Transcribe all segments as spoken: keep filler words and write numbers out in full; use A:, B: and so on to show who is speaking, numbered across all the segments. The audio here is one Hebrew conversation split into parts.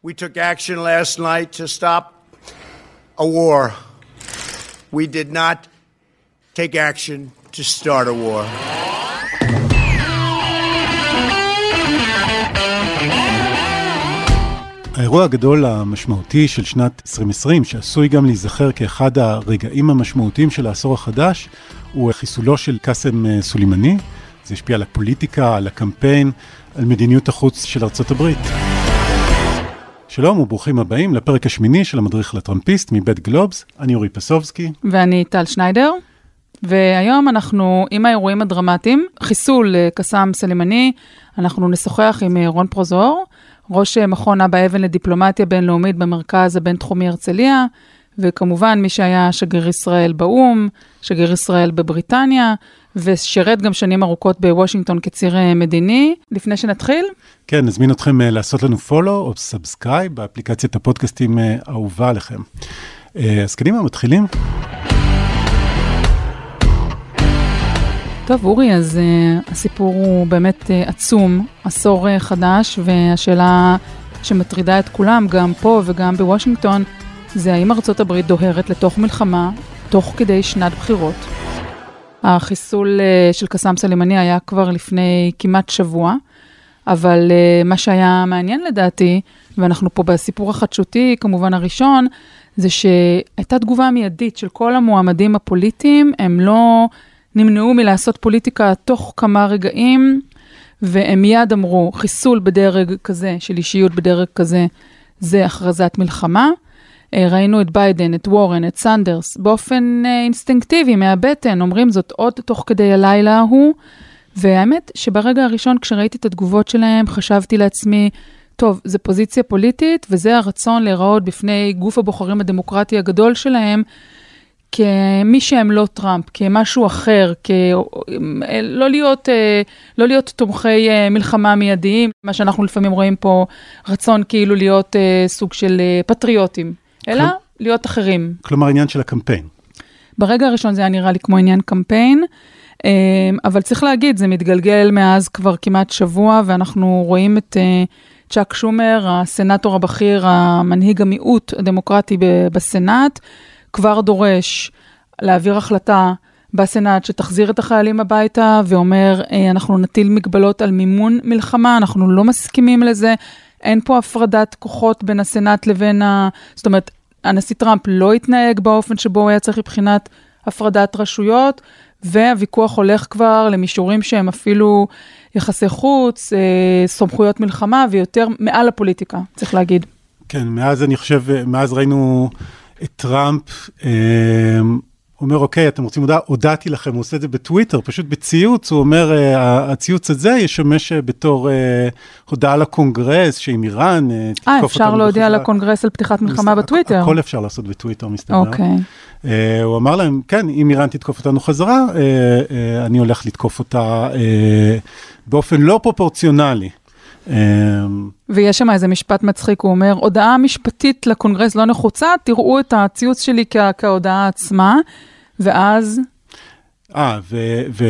A: We took action last night to stop a war. We did not take action to start a war.
B: האירוע הגדול המשמעותי של שנת עשרים עשרים, שעשוי גם להיזכר כאחד הרגעים המשמעותיים של העשור החדש, הוא חיסולו של קאסם סולימני. זה השפיע על הפוליטיקה, על הקמפיין, על מדיניות החוץ של ארצות הברית. שלום וברוכים הבאים לפרק השמיני של המדריך לטראמפיסט מבית גלובס. אני אורי פסובסקי.
C: ואני טל שניידר. והיום אנחנו עם האירועים הדרמטיים, חיסול קאסם סולימני, אנחנו נשוחח עם רון פרוזור, ראש מכון אבא אבן לדיפלומטיה בינלאומית במרכז הבינתחומי הרצליה, וכמובן מי שהיה שגריר ישראל באום, שגריר ישראל בבריטניה, ושירת גם שנים ארוכות בוושינגטון כציר מדיני. לפני שנתחיל?
B: כן, נזמין אתכם לעשות לנו פולו או סאבסקרייב באפליקציית הפודקאסטים האהובה עליכם. אז קדימה, מתחילים.
C: טוב, אורי, אז uh, הסיפור הוא באמת uh, עצום, עשור uh, חדש, והשאלה שמטרידה את כולם, גם פה וגם בוושינגטון, זה האם ארצות הברית דוהרת לתוך מלחמה, תוך כדי שנת בחירות. החיסול uh, של קאסם סולימני היה כבר לפני כמעט שבוע, אבל uh, מה שהיה מעניין לדעתי, ואנחנו פה בסיפור החדשותי, כמובן הראשון, זה שהייתה תגובה מיידית של כל המועמדים הפוליטיים, הם לא נמנעו מלעשות פוליטיקה תוך כמה רגעים, והם מיד אמרו, חיסול בדרג כזה, של אישיות בדרג כזה, זה הכרזת מלחמה. ראינו את ביידן, את וורן, את סנדרס, באופן אינסטינקטיבי, מהבטן, אומרים זאת עוד תוך כדי הלילה ההוא, והאמת שברגע הראשון, כשראיתי את התגובות שלהם, חשבתי לעצמי, טוב, זה פוזיציה פוליטית, וזה הרצון להיראות בפני גוף הבוחרים הדמוקרטי הגדול שלהם, כמי שהם לא טראמפ, כמשהו אחר, לא להיות, לא להיות תומכי מלחמה מיידיים, מה שאנחנו לפעמים רואים פה, רצון כאילו להיות סוג של פטריוטים, אלא להיות אחרים.
B: כלומר, עניין של הקמפיין. ברגע
C: הראשון זה היה נראה לי כמו עניין קמפיין, אבל צריך להגיד, זה מתגלגל מאז כבר כמעט שבוע, ואנחנו רואים את צ'אק שומר, הסנאטור הבכיר, המנהיג המיעוט הדמוקרטי בסנאט, כבר דורש להעביר החלטה בסנאט שתחזיר את החיילים הביתה, ואומר, אנחנו נטיל מגבלות על מימון מלחמה, אנחנו לא מסכימים לזה, אין פה הפרדת כוחות בין הסנאט לבין ה... זאת אומרת, הנשיא טראמפ לא התנהג באופן שבו הוא היה צריך מבחינת הפרדת רשויות, והוויכוח הולך כבר למישורים שהם אפילו יחסי חוץ, סמכויות מלחמה, ויותר מעל הפוליטיקה, צריך להגיד.
B: כן, מאז אני חושב, מאז ראינו את טראמפ, אומר, אוקיי, אתם רוצים הודעה? הודעתי לכם, הוא עושה את זה בטוויטר, פשוט בציוץ, הוא אומר, הציוץ הזה ישמש בתור הודעה לקונגרס, שעם איראן,
C: אה, אפשר להודיע לקונגרס על פתיחת מלחמה בטוויטר?
B: הכל אפשר לעשות בטוויטר, מסתבר.
C: אוקיי.
B: הוא אמר להם, כן, אם איראן תתקוף אותנו חזרה, אני הולך לתקוף אותה באופן לא פרופורציונלי.
C: ויש שם איזה משפט מצחיק, הוא אומר, הודעה משפטית לקונגרס לא נחוצה, תראו את הציוץ שלי כהודעה עצמה, ואז...
B: אה, ו...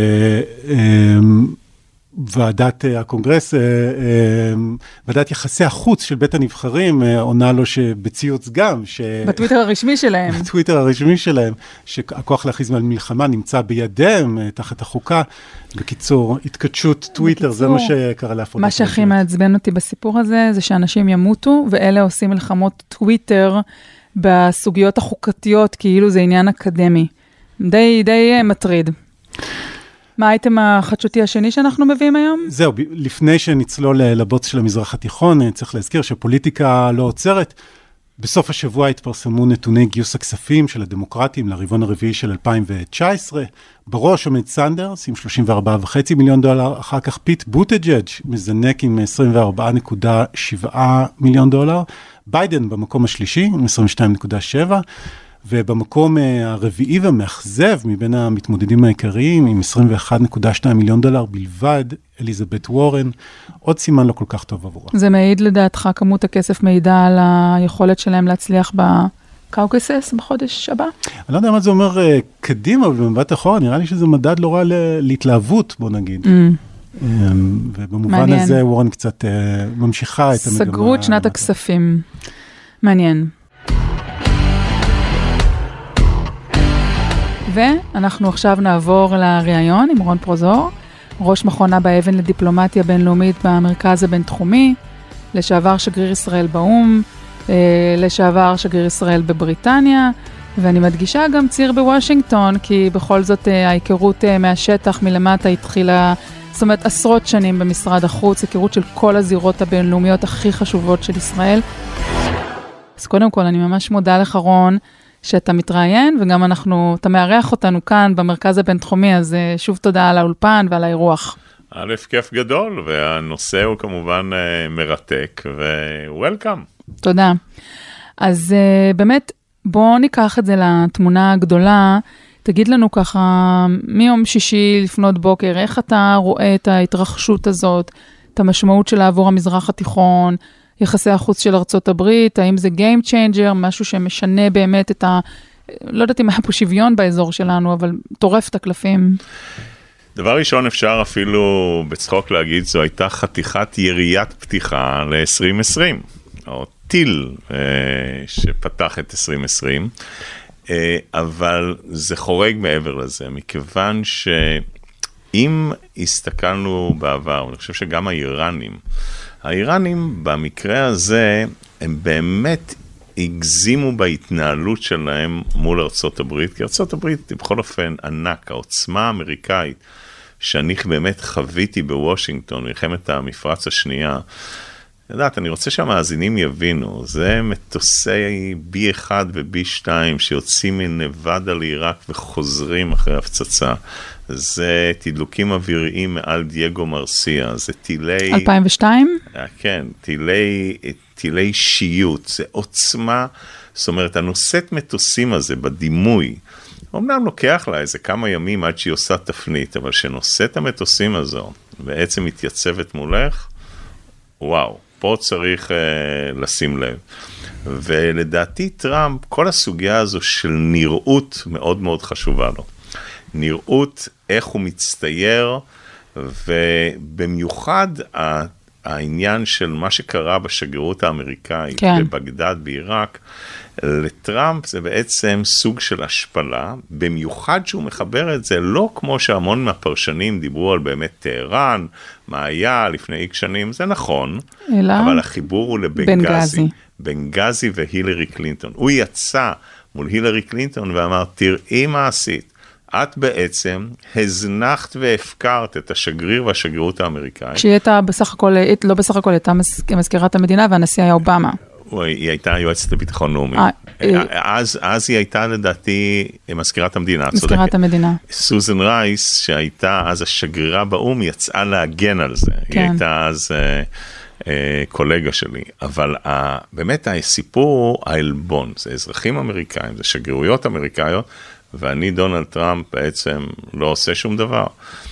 B: ועדת הקונגרס, ועדת יחסי החוץ של בית הנבחרים, עונה לו שבציוץ גם, ש...
C: בטוויטר הרשמי שלהם.
B: בטוויטר הרשמי שלהם, שהכוח להכריז על מלחמה נמצא בידיהם, תחת החוקה. בקיצור, התקדשות טוויטר, זה מה שקרה להפרדת.
C: מה שהכי מעצבן אותי בסיפור הזה, זה שאנשים ימותו, ואלה עושים מלחמות טוויטר בסוגיות החוקתיות, כאילו זה עניין אקדמי. די, די מטריד. מה האייטם החדשותי השני שאנחנו מביאים היום?
B: זהו, לפני שנצלול לבוץ של המזרח התיכון, צריך להזכיר שפוליטיקה לא עוצרת. בסוף השבוע התפרסמו נתוני גיוס הכספים של הדמוקרטים לרבעון הרביעי של אלפיים תשע עשרה. בראש עומד סנדרס עם שלושים וארבעה וחצי מיליון דולר, אחר כך פיט בוטג'אג' מזנק עם עשרים וארבע נקודה שבע מיליון דולר. ביידן במקום השלישי עם עשרים ושתיים נקודה שבע. ובמקום הרביעי והמאכזב מבין המתמודדים העיקריים עם עשרים ואחת נקודה שתיים מיליון דולר בלבד, אליזבת וורן, עוד סימן לא כל כך טוב עבורה.
C: זה מעיד לדעתך, כמות הכסף מעידה על היכולת שלהם להצליח בקאוקסס בחודש הבא?
B: אני לא יודע מה זה אומר קדימה, ובמבט אחורה, נראה לי שזה מדד לא רע להתלהבות, בוא נגיד. ובמובן
C: מעניין.
B: הזה וורן קצת ממשיכה את המגמה.
C: סגרו את שנת הכספים. מעניין. ואנחנו עכשיו נעבור לראיון עם רון פרוזור, ראש מכון אבא אבן לדיפלומטיה בינלאומית במרכז הבינתחומי, לשעבר שגריר ישראל באום, לשעבר שגריר ישראל בבריטניה, ואני מדגישה גם ציר בוושינגטון, כי בכל זאת ההיכרות מהשטח מלמטה התחילה, זאת אומרת עשרות שנים במשרד החוץ, היכרות של כל הזירות הבינלאומיות הכי חשובות של ישראל. אז קודם כל אני ממש מודה לך רון, שאתה מתראיין, וגם אנחנו, אתה מארח אותנו כאן במרכז הבינתחומי, אז שוב תודה על האולפן ועל האירוח.
D: א', כיף גדול, והנושא הוא כמובן מרתק, ו-welcome.
C: תודה. אז באמת, בואו ניקח את זה לתמונה הגדולה, תגיד לנו ככה, מיום שישי לפנות בוקר, איך אתה רואה את ההתרחשות הזאת, את המשמעות שלה עבור המזרח התיכון, יחסי החוץ של ארצות הברית, האם זה game changer, משהו שמשנה באמת את ה... לא יודעת אם היה פה שוויון באזור שלנו, אבל טורף את הקלפים.
D: דבר ראשון אפשר אפילו בצחוק להגיד, זו הייתה חתיכת יריית פתיחה ל-עשרים עשרים, או טיל אה, שפתח את עשרים עשרים, אה, אבל זה חורג מעבר לזה, מכיוון שאם הסתכלנו בעבר, אני חושב שגם האיראנים, האיראנים במקרה הזה, הם באמת הגזימו בהתנהלות שלהם מול ארצות הברית, כי ארצות הברית היא בכל אופן ענק, העוצמה האמריקאית, שאני באמת חוויתי בוושינגטון, מלחמת המפרץ השנייה, יודעת, אני רוצה שהמאזינים יבינו, זה מטוסי בי אחד ובי שתיים שיוצאים מנבדה לעיראק וחוזרים אחרי הפצצה. זה תדלוקים אוויריים מעל דייגו מרסיה, זה טילי...
C: אלפיים ושתיים?
D: כן, טילי, טילי שיוט, זה עוצמה, זאת אומרת, הנושאת מטוסים הזה בדימוי, אמנם לוקח לה איזה כמה ימים עד שהיא עושה תפנית, אבל שנושאת המטוסים הזו בעצם מתייצבת מולך, וואו, פה צריך uh, לשים לב. ולדעתי טראמפ, כל הסוגיה הזו של נראות מאוד מאוד חשובה לו. נראות איך הוא מצטייר, ובמיוחד העניין של מה שקרה בשגרירות האמריקאית, כן. בבגדד, בעיראק, לטראמפ זה בעצם סוג של השפלה, במיוחד שהוא מחבר את זה, לא כמו שהמון מהפרשנים דיברו על באמת טהרן, מה היה לפני איקס שנים, זה נכון, אלא אבל החיבור הוא לבנגזי, בנגזי והילרי קלינטון. הוא יצא מול הילרי קלינטון ואמר, תראי מה עשית, את בעצם הזנחת והפקרת את השגריר והשגרירות האמריקאית. כשהיא
C: הייתה בסך הכל, לא בסך הכל, הייתה מזכירת המדינה והנשיא היה אובמה.
D: היא הייתה יועצת לביטחון לאומי. אז, אז היא הייתה לדעתי מזכירת המדינה.
C: מזכירת המדינה.
D: סוזן רייס, שהייתה אז השגרירה באום, יצאה להגן על זה. היא הייתה אז קולגה שלי. אבל באמת הסיפור העלבון, זה אזרחים אמריקאים, זה שגרירויות אמריקאיות, ואני דונלד טראמפ בעצם לא עושה שום דבר.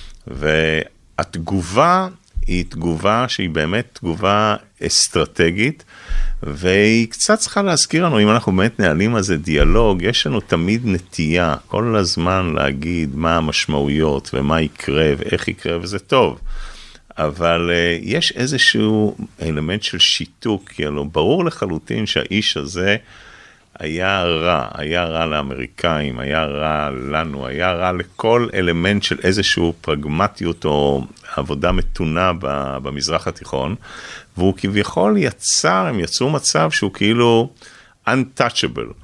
D: והתגובה היא תגובה שהיא באמת תגובה אסטרטגית, והיא קצת צריכה להזכיר לנו, אם אנחנו באמת נעלים על זה דיאלוג, יש לנו תמיד נטייה כל הזמן להגיד מה המשמעויות ומה יקרה ואיך יקרה, וזה טוב. אבל uh, יש איזשהו אלמנט של שיתוק, כאילו, ברור לחלוטין שהאיש הזה היה רע, היה רע לאמריקאים, היה רע לנו, היה רע לכל אלמנט של איזשהו פרגמטיות או עבודה מתונה במזרח התיכון, והוא כביכול יצר, הם יצרו מצב שהוא כאילו untouchable,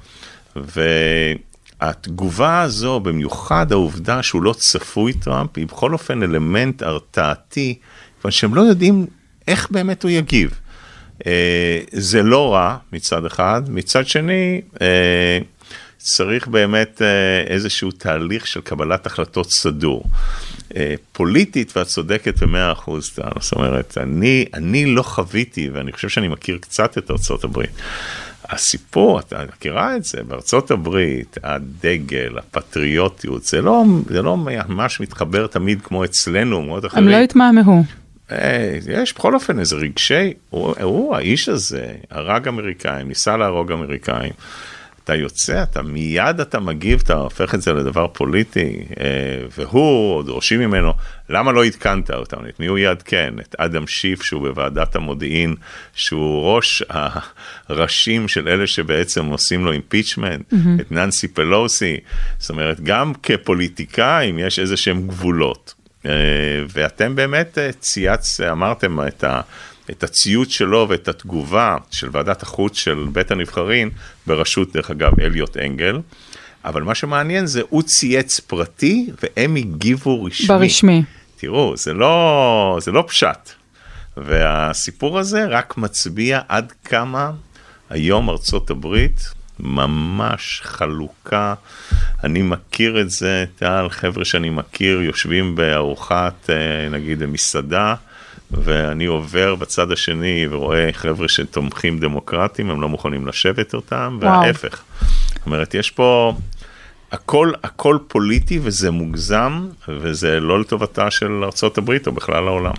D: והתגובה הזו, במיוחד העובדה שהוא לא צפוי טראמפ, היא בכל אופן אלמנט הרתעתי, אבל שהם לא יודעים איך באמת הוא יגיב. זה לא רע מצד אחד, מצד שני צריך באמת איזשהו תהליך של קבלת החלטות סדור. פוליטית ואת צודקת במאה אחוז, זאת אומרת, אני, אני לא חוויתי, ואני חושב שאני מכיר קצת את ארצות הברית. הסיפור, אתה מכירה את זה, בארצות הברית, הדגל, הפטריוטיות, זה לא, זה לא ממש מתחבר תמיד כמו אצלנו, מאוד אחרים.
C: הם לא התמהמהו.
D: יש בכל אופן איזה רגשי, הוא, הוא האיש הזה, הרג אמריקאים, ניסה להרוג אמריקאים, אתה יוצא, אתה מיד אתה מגיב, אתה הופך את זה לדבר פוליטי, והוא, או דורשים ממנו, למה לא התקנת אותם? את מי הוא יעדכן? את אדם שיף, שהוא בוועדת המודיעין, שהוא ראש הראשים של אלה שבעצם עושים לו אימפיצ'מנט, mm-hmm. את ננסי פלוסי, זאת אומרת, גם כפוליטיקאים יש איזה שהם גבולות, ואתם באמת צייץ, אמרתם את ה... את הציוץ שלו ואת התגובה של ועדת החוץ של בית הנבחרים, בראשות, דרך אגב, אליוט אנגל, אבל מה שמעניין זה, הוא צייץ פרטי, והם הגיבו רשמי.
C: ברשמי.
D: תראו, זה לא, זה לא פשט. והסיפור הזה רק מצביע עד כמה היום ארצות הברית, ממש חלוקה, אני מכיר את זה, טל, חבר'ה שאני מכיר, יושבים בארוחת, נגיד, מסעדה, ואני עובר בצד השני ורואה חבר'ה שתומכים דמוקרטים, הם לא מוכנים לשבת אותם, וההפך. זאת אומרת, יש פה הכל, הכל פוליטי וזה מוגזם, וזה לא לטובתה של ארצות הברית או בכלל העולם.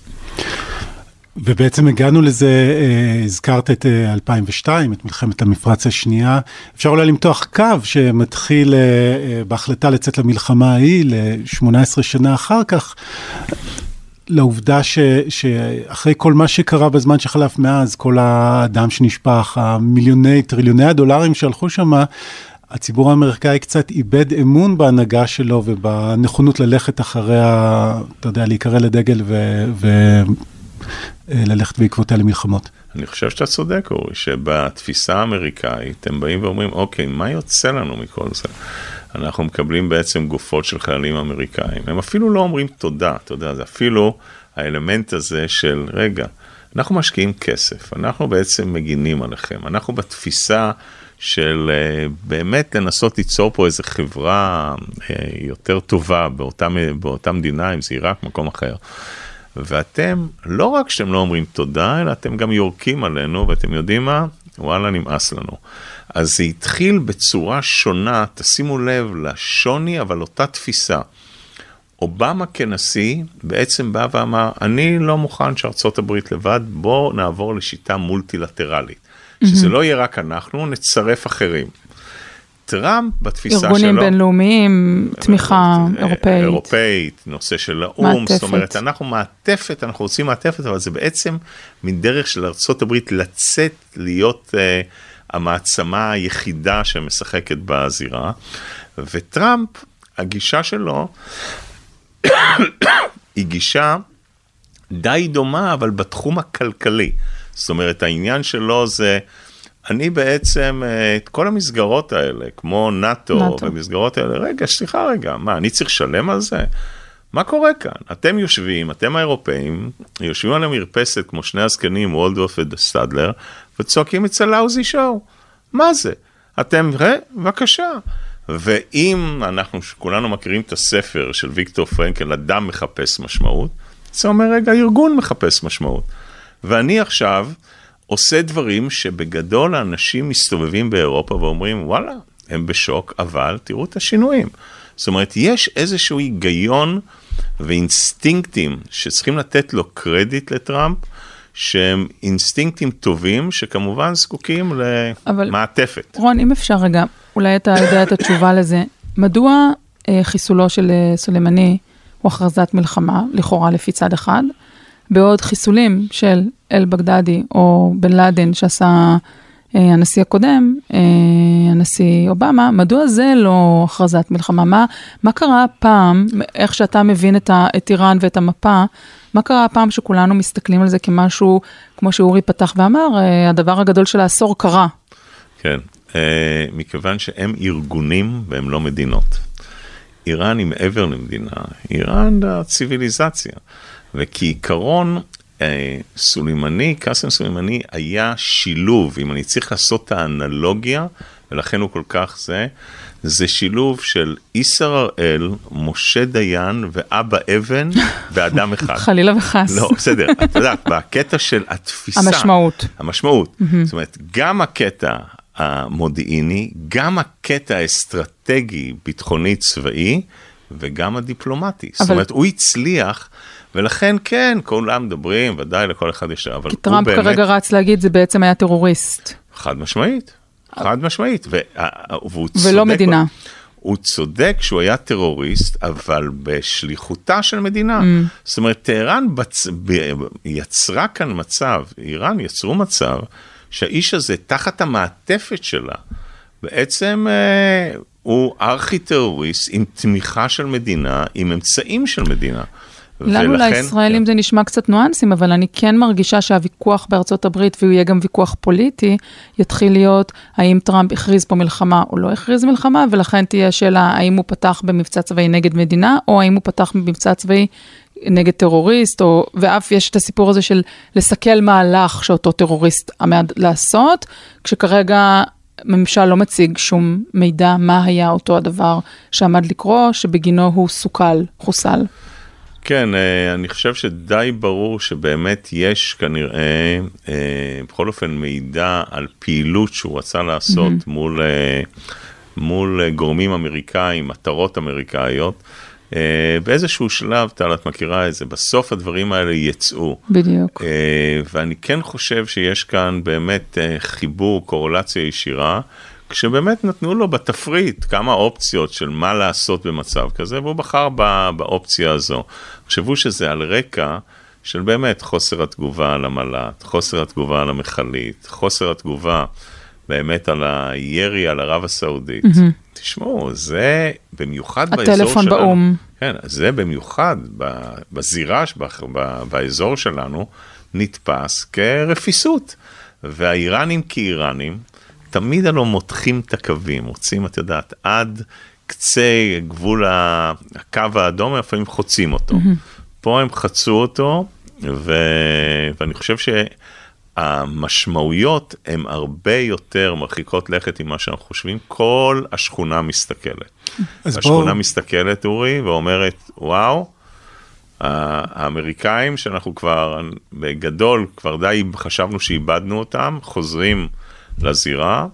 B: ובעצם הגענו לזה, הזכרת את אלפיים ושתיים, את מלחמת המפרץ השנייה, אפשר אולי למתוח קו שמתחיל בהחלטה לצאת למלחמה ההיא, ל-שמונה עשרה שנה אחר כך, לעובדה ש, שאחרי כל מה שקרה בזמן שחלף מאז, כל האדם שנשפך, המיליוני, טריליוני הדולרים שהלכו שם, הציבור האמריקאי קצת איבד אמון בהנהגה שלו, ובנכונות ללכת אחרי, אתה יודע, להיקרא לדגל וללכת בעקבותיה למלחמות.
D: אני חושב שאתה צודק, אורי, שבתפיסה האמריקאית, הם באים ואומרים, אוקיי, מה יוצא לנו מכל זה? אנחנו מקבלים בעצם גופות של חיילים אמריקאים. הם אפילו לא אומרים תודה, אתה יודע, זה אפילו האלמנט הזה של, רגע, אנחנו משקיעים כסף, אנחנו בעצם מגינים עליכם, אנחנו בתפיסה של באמת לנסות ליצור פה איזו חברה יותר טובה באותה, באותה מדינה, אם זה עיראק, מקום אחר. ואתם, לא רק שאתם לא אומרים תודה, אלא אתם גם יורקים עלינו, ואתם יודעים מה? וואלה, נמאס לנו. אז זה התחיל בצורה שונה, תשימו לב לשוני, אבל אותה תפיסה. אובמה כנשיא בעצם בא ואמר, אני לא מוכן שארצות הברית לבד, בוא נעבור לשיטה מולטילטרלית. Mm-hmm. שזה לא יהיה רק אנחנו, נצרף אחרים. טראמפ בתפיסה שלו...
C: ארגונים בינלאומיים, תמיכה אירופאית.
D: אירופאית, נושא של האום, זאת אומרת, אנחנו מעטפת, אנחנו רוצים מעטפת, אבל זה בעצם מן דרך של ארצות הברית לצאת, להיות uh, המעצמה היחידה שמשחקת בזירה, וטראמפ, הגישה שלו, היא גישה די דומה, אבל בתחום הכלכלי. זאת אומרת, העניין שלו זה... אני בעצם, את כל המסגרות האלה, כמו נאטו, ומסגרות האלה, רגע, סליחה רגע, מה, אני צריך לשלם על זה? מה קורה כאן? אתם יושבים, אתם האירופאים, יושבים על המרפסת, כמו שני הזקנים, וולדורף וסטדלר, וצועקים אצל לאוזי שואו. מה זה? אתם, ראה, בבקשה. ואם אנחנו, כולנו מכירים את הספר של ויקטור פרנקל, אדם מחפש משמעות, זה אומר, רגע, ארגון מחפש משמעות. ואני עכשיו, עושה דברים שבגדול האנשים מסתובבים באירופה ואומרים, וואלה, הם בשוק, אבל תראו את השינויים. זאת אומרת, יש איזשהו היגיון ואינסטינקטים שצריכים לתת לו קרדיט לטראמפ, שהם אינסטינקטים טובים, שכמובן זקוקים למעטפת.
C: אבל, רון, אם אפשר רגע, אולי אתה יודע את התשובה לזה, מדוע אה, חיסולו של אה, סולימני הוא הכרזת מלחמה, לכאורה לפי צד אחד, בעוד חיסולים של אל-בגדדי או בן לאדן שעשה אה, הנשיא הקודם, אה, הנשיא אובמה, מדוע זה לא הכרזת מלחמה? מה, מה קרה פעם, איך שאתה מבין את, ה, את איראן ואת המפה, מה קרה פעם שכולנו מסתכלים על זה כמשהו, כמו שאורי פתח ואמר, אה, הדבר הגדול של העשור קרה?
D: כן, אה, מכיוון שהם ארגונים והם לא מדינות. איראן היא מעבר למדינה, איראן הציביליזציה. וכעיקרון, אה, סולימני, קאסם סולימני היה שילוב, אם אני צריך לעשות את האנלוגיה, ולכן הוא כל כך זה, זה שילוב של איסר הראל, משה דיין ואבא אבן ואדם אחד.
C: חלילה וחס.
D: לא, בסדר, אתה יודע, בקטע של התפיסה.
C: המשמעות.
D: המשמעות. זאת אומרת, גם הקטע המודיעיני, גם הקטע האסטרטגי, ביטחוני, צבאי, וגם הדיפלומטי. זאת אומרת, הוא הצליח, ולכן כן, כולם מדברים, ודאי לכל אחד יש...
C: כי טראמפ כרגע רץ להגיד, זה בעצם היה טרוריסט.
D: חד משמעית. חד משמעית.
C: ולא מדינה.
D: הוא צודק שהוא היה טרוריסט, אבל בשליחותה של מדינה. Mm. זאת אומרת, טהרן בצ... ב... יצרה כאן מצב, איראן יצרו מצב, שהאיש הזה, תחת המעטפת שלה, בעצם אה, הוא ארכי-טרוריסט עם תמיכה של מדינה, עם אמצעים של מדינה.
C: לנו
D: ולכן,
C: לישראלים
D: כן.
C: זה נשמע קצת נואנסים, אבל אני כן מרגישה שהוויכוח בארצות הברית, והוא יהיה גם ויכוח פוליטי, יתחיל להיות האם טראמפ הכריז פה מלחמה או לא הכריז מלחמה, ולכן תהיה שאלה האם הוא פתח במבצע צבאי נגד מדינה, או האם הוא פתח במבצע צבאי נגד טרוריסט, או, ואף יש את הסיפור הזה של לסכל מהלך שאותו טרוריסט עמד לעשות, כשכרגע ממשל לא מציג שום מידע מה היה אותו הדבר שעמד לקרוא, שבגינו הוא סוכל, חוסל.
D: כן, אני חושב שדי ברור שבאמת יש כנראה, בכל אופן מידע על פעילות שהוא רצה לעשות mm-hmm. מול, מול גורמים אמריקאים, מטרות אמריקאיות. באיזשהו שלב, טל, את מכירה את זה, בסוף הדברים האלה יצאו.
C: בדיוק.
D: ואני כן חושב שיש כאן באמת חיבור, קורולציה ישירה, כשבאמת נתנו לו בתפריט כמה אופציות של מה לעשות במצב כזה, והוא בחר באופציה הזו. חשבו שזה על רקע של באמת חוסר התגובה על המל"ט, חוסר התגובה על המחלית, חוסר התגובה באמת על הירי על ערב הסעודית. Mm-hmm. תשמעו, זה במיוחד באזור שלנו. הטלפון באום. כן, זה במיוחד בזירה, באזור שלנו, נתפס כרפיסות. והאיראנים כאיראנים, תמיד הלא מותחים את הקווים, רוצים, את יודעת, עד קצה גבול הקו האדום, לפעמים חוצים אותו. Mm-hmm. פה הם חצו אותו, ו... ואני חושב שהמשמעויות הן הרבה יותר מרחיקות לכת עם מה שאנחנו חושבים. כל השכונה מסתכלת. השכונה בוא... מסתכלת, אורי, ואומרת, וואו, האמריקאים שאנחנו כבר בגדול, כבר די חשבנו שאיבדנו אותם, חוזרים לזירה.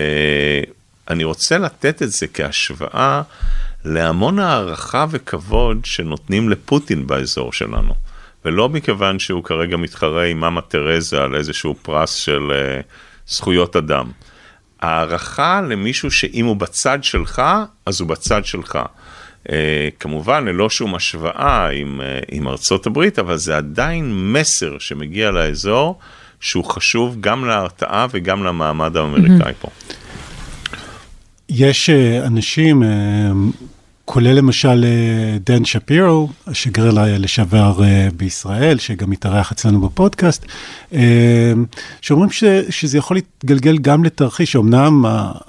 D: אני רוצה לתת את זה כהשוואה להמון הערכה וכבוד שנותנים לפוטין באזור שלנו. ולא מכיוון שהוא כרגע מתחרה עם מאמה תרזה על איזשהו פרס של זכויות אדם. הערכה למישהו שאם הוא בצד שלך, אז הוא בצד שלך. כמובן, ללא שום השוואה עם, עם ארצות הברית, אבל זה עדיין מסר שמגיע לאזור, שהוא חשוב גם להרתעה וגם למעמד האמריקאי פה.
B: יש אנשים, כולל למשל דן שפירו, השגריר לשעבר בישראל, שגם מתארח אצלנו בפודקאסט, שאומרים שזה יכול להתגלגל גם לתרחיש, שאומנם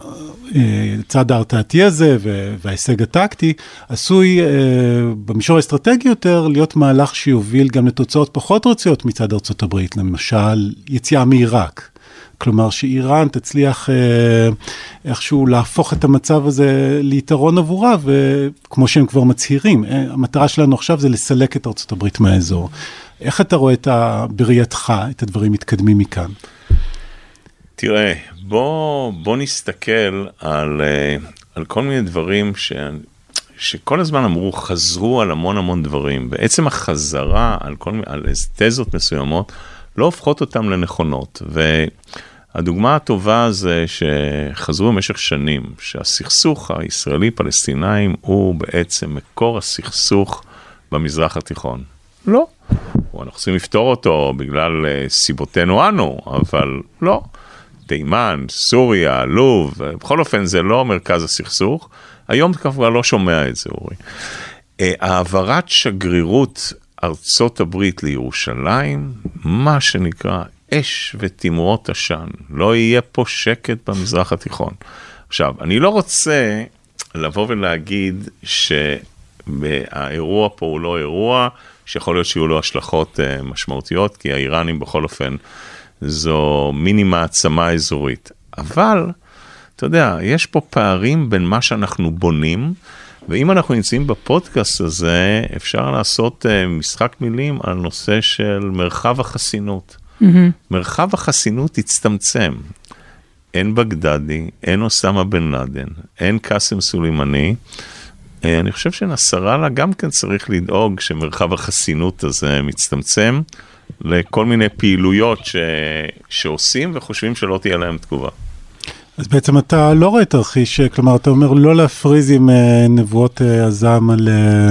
B: הצד ההרתעתי הזה וההישג הטקטי, עשוי במישור האסטרטגי יותר להיות מהלך שיוביל גם לתוצאות פחות רצויות מצד ארצות הברית, למשל יציאה מעיראק. כלומר שאיראן תצליח איכשהו להפוך את המצב הזה ליתרון עבורה, וכמו שהם כבר מצהירים, המטרה שלנו עכשיו זה לסלק את ארצות הברית מהאזור. איך אתה רואה את בראייתך, את הדברים מתקדמים מכאן?
D: תראה, בוא, בוא נסתכל על, על כל מיני דברים ש, שכל הזמן אמרו, חזרו על המון המון דברים. בעצם החזרה על, כל, על תזות מסוימות לא הופכות אותם לנכונות. והדוגמה הטובה זה שחזרו במשך שנים, שהסכסוך הישראלי-פלסטינאים הוא בעצם מקור הסכסוך במזרח התיכון. לא. אנחנו צריכים לפתור אותו בגלל סיבותינו אנו, אבל לא. תימן, סוריה, לוב, בכל אופן זה לא מרכז הסכסוך. היום כבר לא שומע את זה, אורי. העברת שגרירות ארצות הברית לירושלים, מה שנקרא אש ותמרות עשן. לא יהיה פה שקט במזרח התיכון. עכשיו, אני לא רוצה לבוא ולהגיד שהאירוע פה הוא לא אירוע, שיכול להיות שיהיו לו השלכות משמעותיות, כי האיראנים בכל אופן זו מיני מעצמה אזורית. אבל, אתה יודע, יש פה פערים בין מה שאנחנו בונים, ואם אנחנו נמצאים בפודקאסט הזה, אפשר לעשות משחק מילים על נושא של מרחב החסינות. Mm-hmm. מרחב החסינות הצטמצם. אין בגדדי, אין אוסמה בן לאדן, אין קאסם סולימני. אני חושב שנסראללה גם כן צריך לדאוג שמרחב החסינות הזה מצטמצם, לכל מיני פעילויות ש... שעושים וחושבים שלא תהיה להם תגובה.
B: אז בעצם אתה לא רואה תרחיש, כלומר, אתה אומר לא להפריז עם נבואות הזעם על,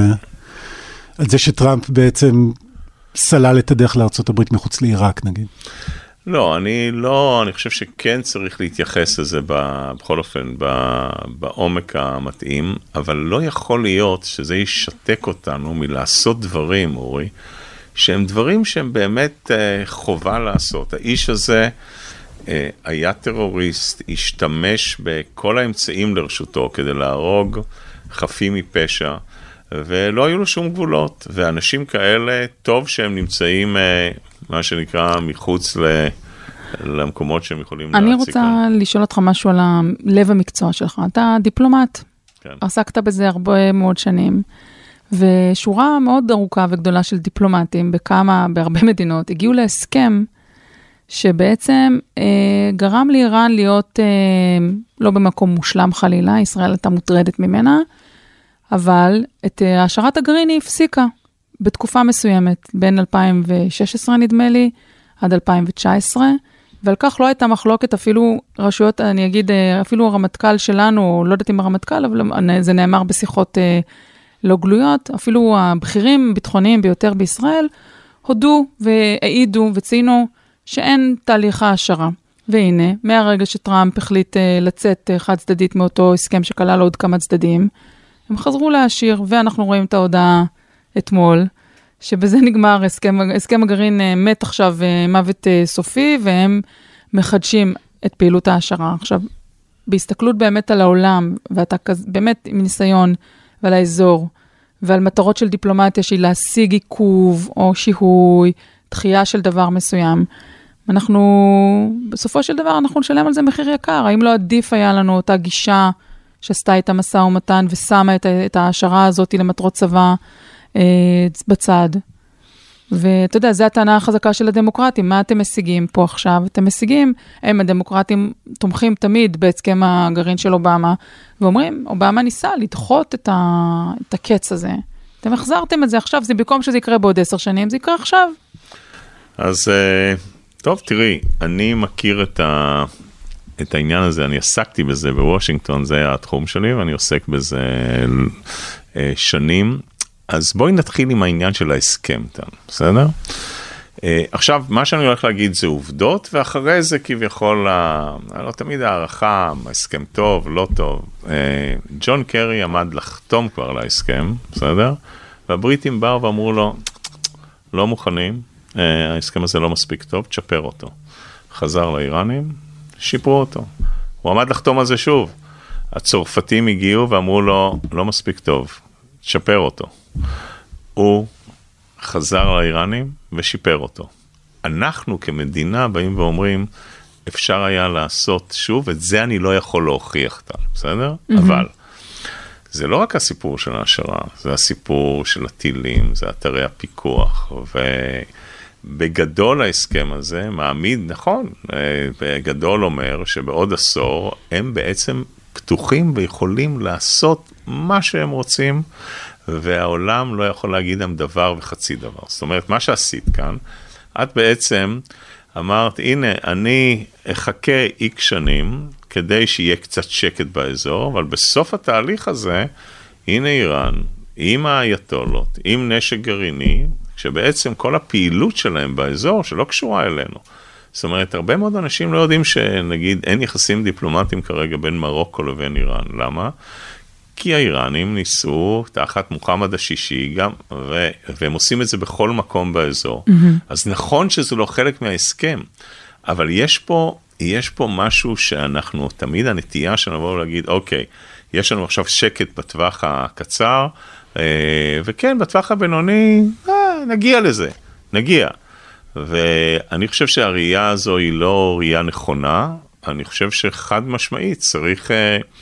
B: על זה שטראמפ בעצם סלל את הדרך לארצות הברית מחוץ לעיראק, נגיד.
D: לא, אני לא, אני חושב שכן צריך להתייחס לזה בכל אופן, בעומק המתאים, אבל לא יכול להיות שזה ישתק אותנו מלעשות דברים, אורי, שהם דברים שהם באמת חובה לעשות. האיש הזה היה טרוריסט, השתמש בכל האמצעים לרשותו כדי להרוג חפים מפשע, ולא היו לו שום גבולות, ואנשים כאלה, טוב שהם נמצאים, מה שנקרא, מחוץ ל... למקומות שהם יכולים להציג.
C: אני רוצה לשאול אותך משהו על הלב המקצוע שלך. אתה דיפלומט, כן. עסקת בזה הרבה מאוד שנים, ושורה מאוד ארוכה וגדולה של דיפלומטים בכמה, בהרבה מדינות, הגיעו להסכם שבעצם אה, גרם לאיראן להיות אה, לא במקום מושלם חלילה, ישראל הייתה מוטרדת ממנה, אבל את אה, השערת הגרעין היא הפסיקה בתקופה מסוימת, בין אלפיים ושש עשרה נדמה לי, עד אלפיים תשע עשרה, ועל כך לא הייתה מחלוקת אפילו רשויות, אני אגיד, אפילו הרמטכ"ל שלנו, לא יודעת אם הרמטכ"ל, אבל זה נאמר בשיחות אה, לא גלויות, אפילו הבכירים ביטחוניים ביותר בישראל, הודו והעידו וציינו שאין תהליך העשרה. והנה, מהרגע שטראמפ החליט אה, לצאת אה, חד צדדית מאותו הסכם שכלל עוד כמה צדדים, הם חזרו להשאיר, ואנחנו רואים את ההודעה אתמול, שבזה נגמר, הסכם, הסכם הגרעין מת עכשיו מוות סופי, והם מחדשים את פעילות ההשערה. עכשיו, בהסתכלות באמת על העולם, ואתה באמת עם ניסיון ועל האזור, ועל מטרות של דיפלומטיה, שהיא להשיג עיכוב או שיהוי, דחייה של דבר מסוים, אנחנו, בסופו של דבר, אנחנו נשלם על זה מחיר יקר. האם לא עדיף היה לנו אותה גישה שעשתה את המשא ומתן, ושמה את, את ההשערה הזאת למטרות צבא, בצד. ואתה יודע, זו הטענה החזקה של הדמוקרטים. מה אתם משיגים פה עכשיו? אתם משיגים, הם הדמוקרטים תומכים תמיד בהסכם הגרעין של אובמה, ואומרים, אובמה ניסה לדחות את, ה... את הקץ הזה. אתם החזרתם את זה עכשיו, זה במקום שזה יקרה בעוד עשר שנים, זה יקרה עכשיו.
D: אז טוב, תראי, אני מכיר את, ה... את העניין הזה, אני עסקתי בזה בוושינגטון, זה היה התחום שלי, ואני עוסק בזה שנים. אז בואי נתחיל עם העניין של ההסכם, בסדר? Uh, עכשיו, מה שאני הולך להגיד זה עובדות, ואחרי זה כביכול, uh, לא תמיד הערכה, ההסכם טוב, לא טוב. Uh, ג'ון קרי עמד לחתום כבר להסכם, בסדר? והבריטים באו ואמרו לו, לא מוכנים, uh, ההסכם הזה לא מספיק טוב, תשפר אותו. חזר לאיראנים, שיפרו אותו. הוא עמד לחתום על זה שוב. הצרפתים הגיעו ואמרו לו, לא מספיק טוב, תשפר אותו. הוא חזר לאיראנים ושיפר אותו. אנחנו כמדינה באים ואומרים, אפשר היה לעשות שוב, את זה אני לא יכול להוכיח, בסדר? Mm-hmm. אבל זה לא רק הסיפור של ההשערה, זה הסיפור של הטילים, זה אתרי הפיקוח, ובגדול ההסכם הזה מעמיד, נכון, בגדול אומר שבעוד עשור הם בעצם פתוחים ויכולים לעשות מה שהם רוצים, והעולם לא יכול להגיד להם דבר וחצי דבר. זאת אומרת, מה שעשית כאן, את בעצם אמרת, הנה, אני אחכה איקס שנים, כדי שיהיה קצת שקט באזור, אבל בסוף התהליך הזה, הנה איראן, עם האייתולות, עם נשק גרעיני, שבעצם כל הפעילות שלהם באזור, שלא קשורה אלינו. זאת אומרת, הרבה מאוד אנשים לא יודעים שנגיד, אין יחסים דיפלומטיים כרגע בין מרוקו לבין איראן. למה? כי האיראנים ניסו תחת מוחמד השישי גם, ו- והם עושים את זה בכל מקום באזור. Mm-hmm. אז נכון שזה לא חלק מההסכם, אבל יש פה, יש פה משהו שאנחנו, תמיד הנטייה שנבוא להגיד, אוקיי, יש לנו עכשיו שקט בטווח הקצר, וכן, בטווח הבינוני, אה, נגיע לזה, נגיע. ואני חושב שהראייה הזו היא לא ראייה נכונה, אני חושב שחד משמעית צריך...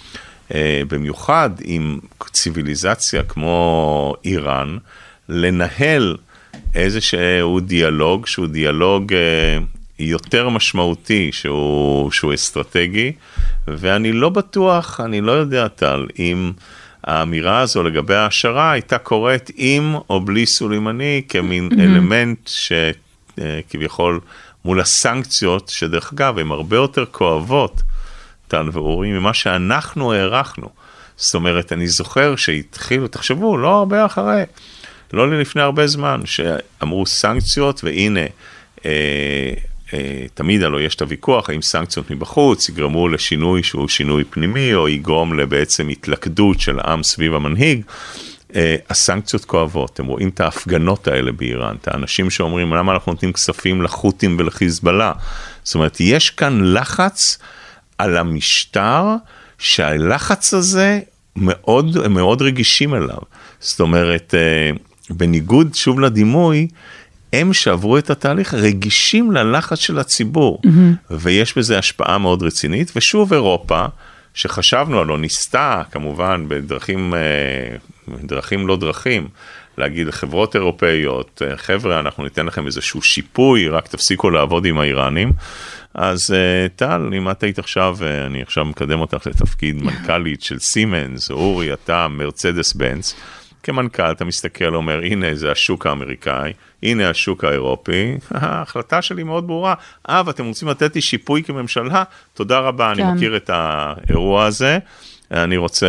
D: במיוחד עם ציוויליזציה כמו איראן, לנהל איזשהו דיאלוג, שהוא דיאלוג יותר משמעותי, שהוא, שהוא אסטרטגי, ואני לא בטוח, אני לא יודע טל, אם האמירה הזו לגבי ההשערה הייתה קורית עם או בלי סולימני, כמין mm-hmm. אלמנט שכביכול מול הסנקציות, שדרך אגב, הן הרבה יותר כואבות, טל ואורי, ממה שאנחנו הערכנו. זאת אומרת, אני זוכר שהתחילו, תחשבו, לא הרבה אחרי, לא לפני הרבה זמן, שאמרו סנקציות, והנה, אה, אה, תמיד הלא יש את הוויכוח, האם סנקציות מבחוץ יגרמו לשינוי שהוא שינוי פנימי, או יגרום לבעצם התלכדות של העם סביב המנהיג. אה, הסנקציות כואבות, אתם רואים את ההפגנות האלה באיראן, את האנשים שאומרים, למה אנחנו נותנים כספים לחות'ים ולחיזבאללה? זאת אומרת, יש כאן לחץ על המשטר, שהלחץ הזה מאוד, מאוד רגישים אליו. זאת אומרת, בניגוד שוב לדימוי, הם שעברו את התהליך רגישים ללחץ של הציבור, mm-hmm. ויש בזה השפעה מאוד רצינית, ושוב אירופה, שחשבנו עלו, ניסתה כמובן בדרכים, דרכים לא דרכים, להגיד לחברות אירופאיות, חבר'ה, אנחנו ניתן לכם איזשהו שיפוי, רק תפסיקו לעבוד עם האיראנים. אז טל, אם את היית עכשיו, אני עכשיו מקדם אותך לתפקיד מנכ"לית של סימנס, אורי, אתה מרצדס בנץ, כמנכ"ל אתה מסתכל, אומר, הנה זה השוק האמריקאי, הנה השוק האירופי, ההחלטה שלי מאוד ברורה, אה, ואתם רוצים לתת לי שיפוי כממשלה, תודה רבה, אני מכיר את האירוע הזה, אני רוצה,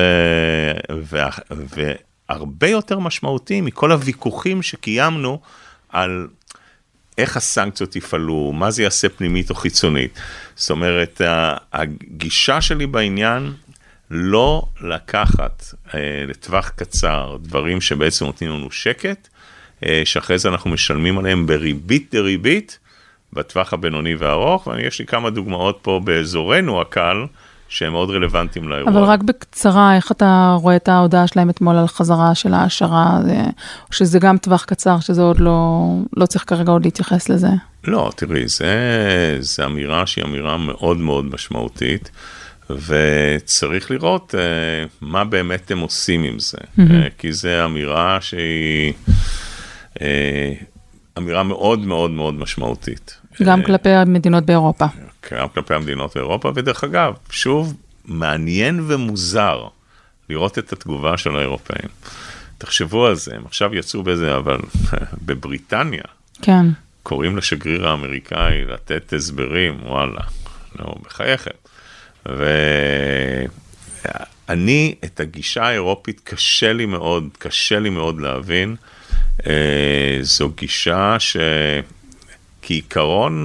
D: והרבה יותר משמעותי מכל הוויכוחים שקיימנו על איך הסנקציות יפעלו, מה זה יעשה פנימית או חיצונית. זאת אומרת, הגישה שלי בעניין, לא לקחת אה, לטווח קצר דברים שבעצם נותנים לנו שקט, אה, שאחרי זה אנחנו משלמים עליהם בריבית דריבית, בטווח הבינוני והארוך, ויש לי כמה דוגמאות פה באזורנו הקל, שהם מאוד רלוונטיים לאירוע.
C: אבל רק בקצרה, איך אתה רואה את ההודעה שלהם אתמול על חזרה של ההשערה, או שזה גם טווח קצר, שזה עוד לא, לא צריך כרגע עוד להתייחס לזה?
D: לא, תראי, זה, זה אמירה שהיא אמירה מאוד מאוד משמעותית, וצריך לראות uh, מה באמת הם עושים עם זה, mm-hmm. uh, כי זה אמירה שהיא uh, אמירה מאוד מאוד מאוד משמעותית.
C: גם uh, כלפי המדינות באירופה.
D: גם כלפי המדינות באירופה, ודרך אגב, שוב, מעניין ומוזר לראות את התגובה של האירופאים. תחשבו על זה, הם עכשיו יצאו בזה, אבל בבריטניה,
C: כן.
D: קוראים לשגריר האמריקאי לתת הסברים, וואלה, לא, בחייכם. ואני, את הגישה האירופית קשה לי מאוד, קשה לי מאוד להבין, זו גישה שכעיקרון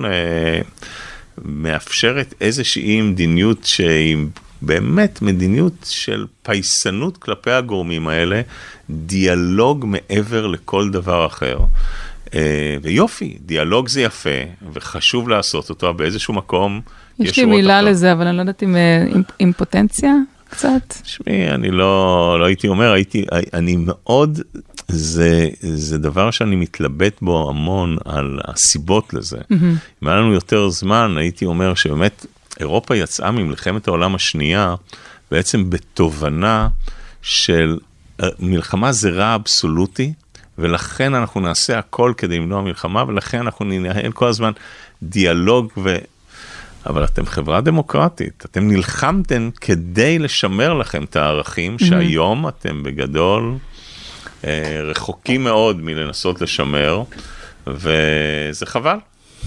D: מאפשרת איזושהי מדיניות שהיא באמת מדיניות של פייסנות כלפי הגורמים האלה, דיאלוג מעבר לכל דבר אחר. ויופי, דיאלוג זה יפה, וחשוב לעשות אותו באיזשהו מקום.
C: יש לי מילה לזה, אבל אני לא יודעת אם אימפוטנציה קצת. שמי,
D: אני לא, לא הייתי אומר, הייתי, אני מאוד, זה, זה דבר שאני מתלבט בו המון על הסיבות לזה. אם היה לנו יותר זמן, הייתי אומר שבאמת אירופה יצאה ממלחמת העולם השנייה, בעצם בתובנה של מלחמה זה רע אבסולוטי, ולכן אנחנו נעשה הכל כדי למנוע מלחמה, ולכן אנחנו ננהל כל הזמן דיאלוג ו... אבל אתם חברה דמוקרטית, אתם נלחמתם כדי לשמר לכם את הערכים, mm-hmm. שהיום אתם בגדול אה, רחוקים מאוד מלנסות לשמר, וזה חבל.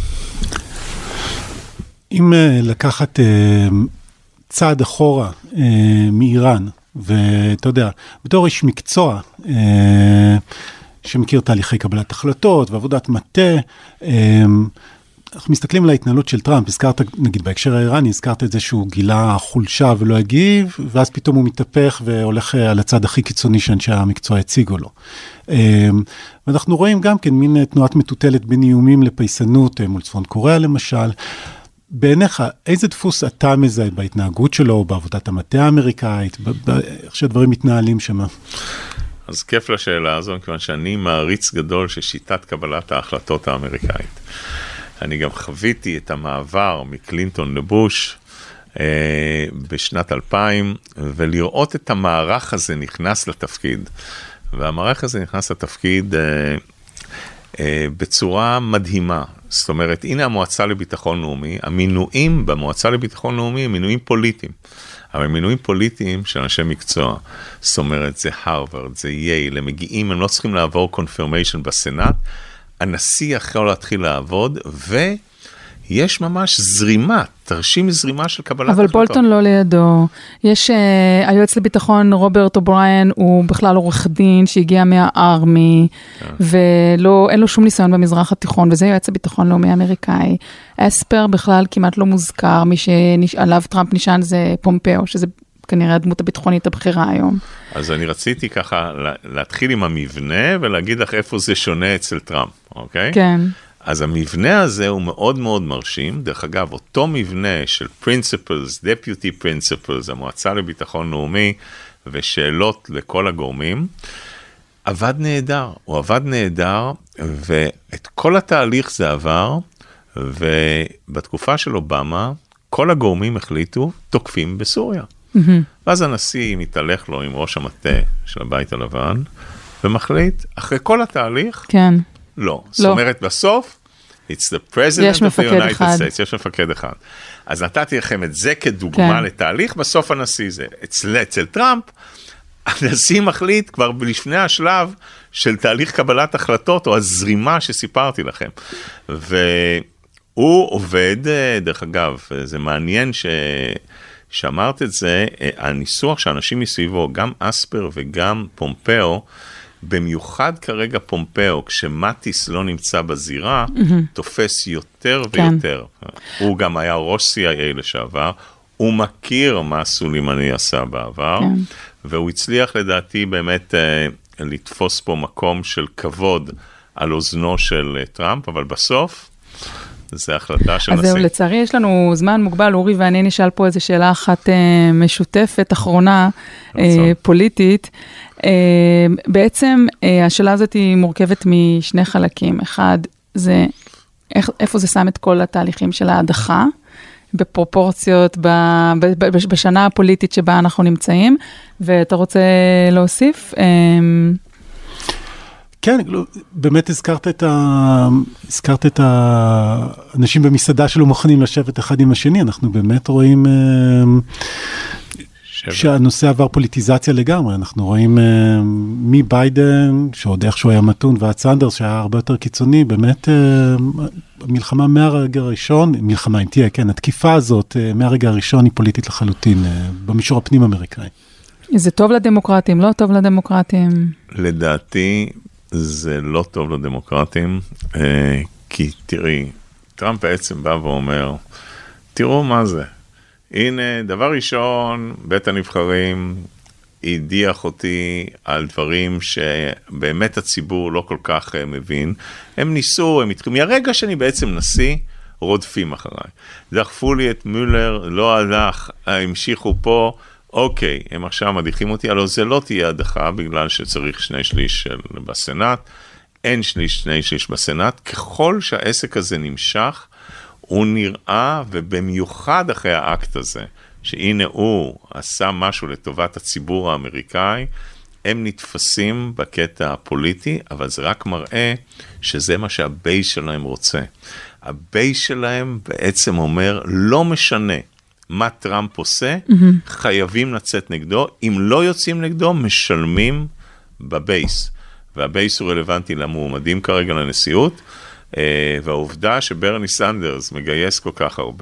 B: אם אה, לקחת אה, צעד אחורה אה, מאיראן, ואתה יודע, בתור איש מקצוע, אה, שמכיר תהליכי קבלת החלטות ועבודת מטה, אה, אנחנו מסתכלים על ההתנהלות של טראמפ, הזכרת, נגיד בהקשר האיראני, הזכרת את זה שהוא גילה חולשה ולא הגיב, ואז פתאום הוא מתהפך והולך על הצד הכי קיצוני שאנשי המקצוע הציגו לו. ואנחנו רואים גם כן מין תנועת מטוטלת בין איומים לפייסנות, מול צפון קוריאה למשל. בעיניך, איזה דפוס אתה מזהה בהתנהגות שלו, בעבודת המטה האמריקאית, איך שהדברים מתנהלים שם?
D: אז כיף לשאלה הזו, כיוון שאני מעריץ גדול של שיטת קבלת ההחלטות האמריקאית. אני גם חוויתי את המעבר מקלינטון לבוש אה, בשנת אלפיים, ולראות את המערך הזה נכנס לתפקיד. והמערך הזה נכנס לתפקיד אה, אה, בצורה מדהימה. זאת אומרת, הנה המועצה לביטחון לאומי, המינויים במועצה לביטחון לאומי הם מינויים פוליטיים. אבל מינויים פוליטיים של אנשי מקצוע. זאת אומרת, זה הרווארד, זה ייל, הם מגיעים, הם לא צריכים לעבור קונפירמיישן בסנאט, הנשיא יכול להתחיל לעבוד, יש ממש זרימה, תרשים זרימה של קבלת
C: אבל
D: החלטות.
C: בולטון לא לידו. יש, uh, היועץ לביטחון רוברט אובריין, הוא בכלל עורך דין שהגיע מהארמי, ואין לו שום ניסיון במזרח התיכון, וזה יועץ הביטחון לאומי האמריקאי. אספר בכלל כמעט לא מוזכר, מי שעליו טראמפ נשען זה פומפאו, שזה כנראה הדמות הביטחונית הבכירה היום.
D: אז אני רציתי ככה להתחיל עם המבנה, ולהגיד לך איפה זה שונה אצל טראמפ, אוקיי?
C: כן.
D: אז המבנה הזה הוא מאוד מאוד מרשים, דרך אגב, אותו מבנה של principles, deputy principles, המועצה לביטחון לאומי, ושאלות לכל הגורמים, עבד נהדר, הוא עבד נהדר, ואת כל התהליך זה עבר, ובתקופה של אובמה, כל הגורמים החליטו, תוקפים בסוריה. Mm-hmm. ואז הנשיא מתהלך לו עם ראש המטה של הבית הלבן, ומחליט, אחרי כל התהליך,
C: כן.
D: לא. זאת אומרת, בסוף, it's the president of the United
C: אחד.
D: States, יש מפקד אחד. אז נתתי לכם את זה כדוגמה
C: כן.
D: לתהליך, בסוף הנשיא זה. אצל, אצל טראמפ, הנשיא מחליט כבר לפני השלב של תהליך קבלת החלטות, או הזרימה שסיפרתי לכם. והוא עובד, דרך אגב, זה מעניין ש... שאמרת את זה, הניסוח שאנשים מסביבו, גם אספר וגם פומפאו, במיוחד כרגע פומפאו, כשמטיס לא נמצא בזירה, mm-hmm. תופס יותר ויותר. כן. הוא גם היה ראש סי איי איי לשעבר, הוא מכיר מה סולימני עשה בעבר, כן. והוא הצליח לדעתי באמת אה, לתפוס פה מקום של כבוד על אוזנו של טראמפ, אבל בסוף, זה החלטה של
C: נשיא. אז זהו, לצערי יש לנו זמן מוגבל, אורי ואני נשאל פה איזו שאלה אחת אה, משותפת, אחרונה, אה, פוליטית. אה, בעצם אה, השאלה הזאת היא מורכבת משני חלקים. אחד, זה איך, איפה זה שם את כל התהליכים של ההדחה, בפרופורציות, ב, ב, ב, בשנה הפוליטית שבה אנחנו נמצאים, ואתה רוצה להוסיף? אה,
B: כן, באמת הזכרת את ה... הזכרת את האנשים במסעדה שלא מוכנים לשבת אחד עם השני, אנחנו באמת רואים שהנושא עבר פוליטיזציה לגמרי, אנחנו רואים מביידן, שעוד איכשהו היה מתון, ועד סנדרס, שהיה הרבה יותר קיצוני, באמת המלחמה מהרגע הראשון, מלחמה אם תהיה, כן, התקיפה הזאת מהרגע הראשון היא פוליטית לחלוטין, במישור הפנים אמריקאי.
C: זה טוב לדמוקרטים, לא טוב לדמוקרטים?
D: לדעתי, זה לא טוב לדמוקרטים, כי תראי, טראמפ בעצם בא ואומר, תראו מה זה, הנה, דבר ראשון, בית הנבחרים הדיח אותי על דברים שבאמת הציבור לא כל כך מבין, הם ניסו, הם התחילו, מהרגע שאני בעצם נשיא, רודפים אחריי. דחפו לי את מולר, לא הלך, המשיכו פה, אוקיי, הם עכשיו מדיחים אותי, אבל זה לא תהיה הדחה, בגלל שצריך שני שליש של, בסנאט, אין שליש, שני שליש בסנאט, ככל שהעסק הזה נמשך, הוא נראה, ובמיוחד אחרי האקט הזה, שהנה הוא עשה משהו לטובת הציבור האמריקאי, הם נתפסים בקטע הפוליטי, אבל זה רק מראה שזה מה שהבייס שלהם רוצה. הבייס שלהם בעצם אומר, לא משנה, מה טראמפ עושה, mm-hmm. חייבים לצאת נגדו, אם לא יוצאים נגדו, משלמים בבייס, והבייס הוא רלוונטי למועמדים כרגע לנשיאות, והעובדה שברני סנדרס מגייס כל כך הרבה,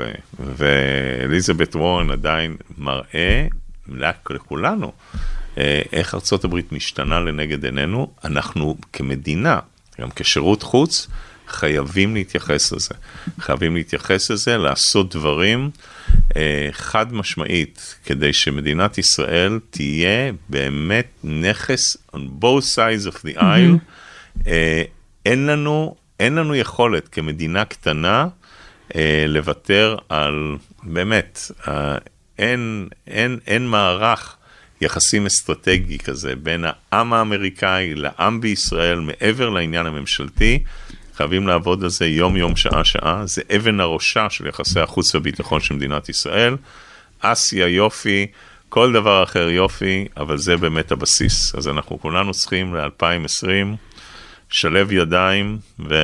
D: ואליזבת וורן עדיין מראה לכולנו, איך ארצות הברית משתנה לנגד עינינו, אנחנו כמדינה, גם כשירות חוץ, חייבים להתייחס לזה. חייבים להתייחס לזה, לעשות דברים אה, חד משמעית, כדי שמדינת ישראל תהיה באמת נכס on both sides of the aisle. אה, אין לנו, אין לנו יכולת כמדינה קטנה אה, לוותר על, באמת, אה, אין, אין, אין מערך יחסים אסטרטגי כזה בין העם האמריקאי לעם בישראל, מעבר לעניין הממשלתי, חייבים לעבוד על זה יום יום, שעה שעה, זה אבן הראשה של יחסי החוץ והביטחון של מדינת ישראל, אסיה יופי, כל דבר אחר יופי, אבל זה באמת הבסיס. אז אנחנו כולנו צריכים ל-אלפיים עשרים, שלב ידיים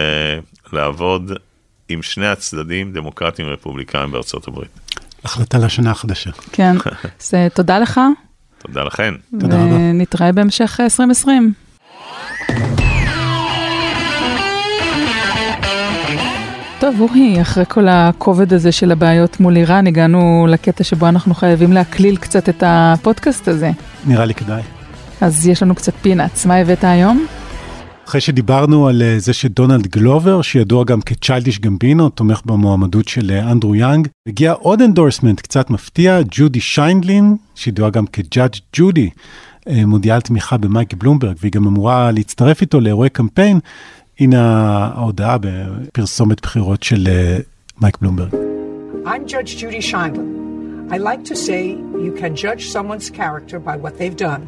D: ולעבוד עם שני הצדדים, דמוקרטים ורפובליקאים בארצות הברית.
B: החלטה לשנה החדשה.
C: כן, אז תודה לך.
D: תודה לכן.
B: תודה רבה.
C: ונתראה בהמשך עשרים עשרים. טוב, טוב, אורי, אחרי כל הכובד הזה של הבעיות מול איראן, הגענו לקטע שבו אנחנו חייבים להקליל קצת את הפודקאסט הזה.
B: נראה לי כדאי.
C: אז יש לנו קצת פינאץ. מה הבאת היום?
B: אחרי שדיברנו על זה שדונלד גלובר, שידוע גם כצ'יילדיש גמבינו, תומך במועמדות של אנדרו יאנג, הגיע עוד אנדורסמנט קצת מפתיע, ג'ודי שיינדלין, שידוע גם כג'אדג' ג'ודי, מודיעה על תמיכה במייק בלומברג, והיא גם אמורה להצטרף איתו לאירועי קמפיין. הנה ההודעה בפרסומת בחירות של מייק בלומברג.
E: I'm Judge Judy Sheindlin. I like to say you can judge someone's character by what they've done.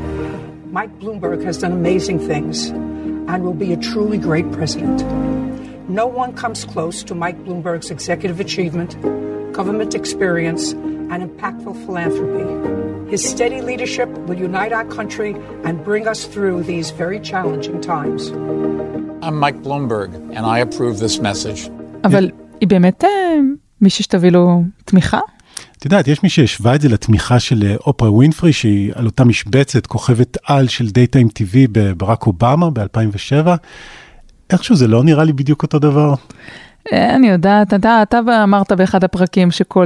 E: Mike Bloomberg has done amazing things and will be a truly great president. No one comes close to Mike Bloomberg's executive achievement, government experience, and impactful philanthropy. His steady leadership will unite our country and bring us through these very challenging times.
F: I'm Mike Bloomberg, and I approve this message.
C: אבל היא באמת מישהו שתביא לו תמיכה?
B: את יודעת, יש מי שהשווה את זה לתמיכה של אופרה ווינפרי, שהיא על אותה משבצת, כוכבת על של דייטיים טי וי בברק אובמה ב-אלפיים ושבע. איכשהו זה לא נראה לי בדיוק אותו דבר.
C: אני יודעת, אתה, אתה אמרת באחד הפרקים שכל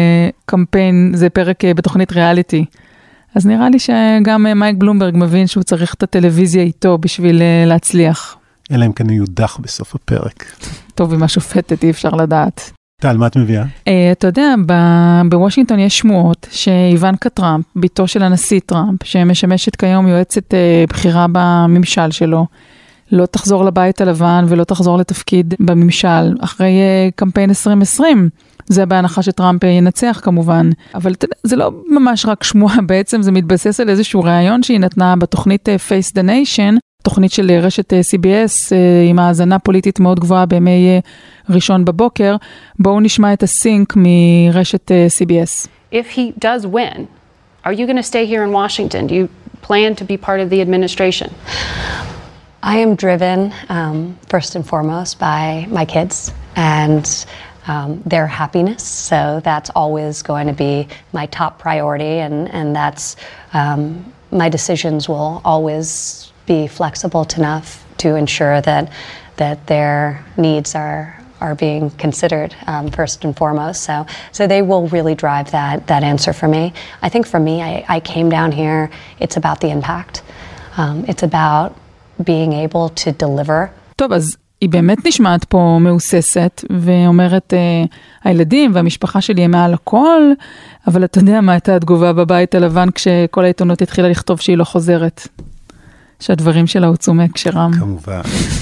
C: קמפיין זה פרק בתוכנית ריאליטי. אז נראה לי שגם מייק בלומברג מבין שהוא צריך את הטלוויזיה איתו בשביל להצליח. אלא אם כן הוא יודח בסוף הפרק. טוב, עם השופטת אי אפשר לדעת.
B: טל, מה את מביאה?
C: אתה יודע, בוושינגטון יש שמועות שאיוונקה טראמפ, ביתו של הנשיא טראמפ, שמשמשת כיום יועצת בחירה בממשל שלו, לא תחזור לבית הלבן ולא תחזור לתפקיד בממשל אחרי קמפיין עשרים עשרים. זה בהנחה שטראמפ ינצח כמובן. אבל זה לא ממש רק שמועה, בעצם זה מתבסס על איזשהו ראיון שהיא נתנה בתוכנית Face the Nation, תוכנית של רשת סי בי אס עם האזנה פוליטית מאוד גבוהה בימי ראשון בבוקר. בואו נשמע את הסינק מרשת סי בי אס.
G: If he does win, are you going to stay here in Washington? Do you plan to be part of the administration?
H: I am driven um, first and foremost by my kids and um, their happiness. So that's always going to be my top priority, and and that's um, my decisions will always be flexible enough to ensure that that their needs are are being considered um, first and foremost. So so they will really drive that that answer for me. I think for me, I, I came down here. It's about the impact. Um, it's about being able to deliver.
C: טוב, אז היא באמת נשמעת פה מאוססת, ואומרת, הילדים והמשפחה שלי הם מעל הכל, אבל אתה יודע מה הייתה התגובה בבית הלבן, כשכל העיתונות התחילה לכתוב שהיא לא חוזרת. שהדברים שלה הוצאו מהקשרם.
B: כמובן.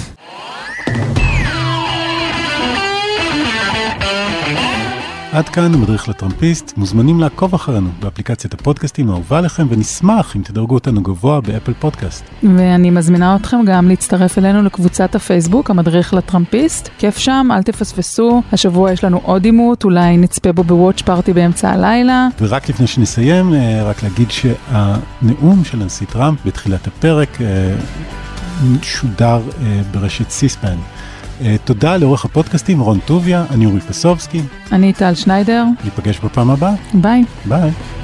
B: עד כאן המדריך לטראמפיסט, מוזמנים לעקוב אחרינו באפליקציית הפודקאסטים האהובה לכם, ונשמח אם תדרגו אותנו גבוה באפל פודקאסט.
C: ואני מזמינה אתכם גם להצטרף אלינו לקבוצת הפייסבוק, המדריך לטראמפיסט. כיף שם, אל תפספסו. השבוע יש לנו עוד אימות, אולי נצפה בו בוואץ' פארטי באמצע הלילה.
B: ורק לפני שנסיים, רק להגיד שהנאום של הנשיא טראמפ בתחילת הפרק שודר ברשת סיספן. תודה לעורך הפודקאסטים רון טוביה, אני אורי פסובסקי.
C: אני טל שניידר.
B: ניפגש בפעם הבאה.
C: ביי.
B: ביי.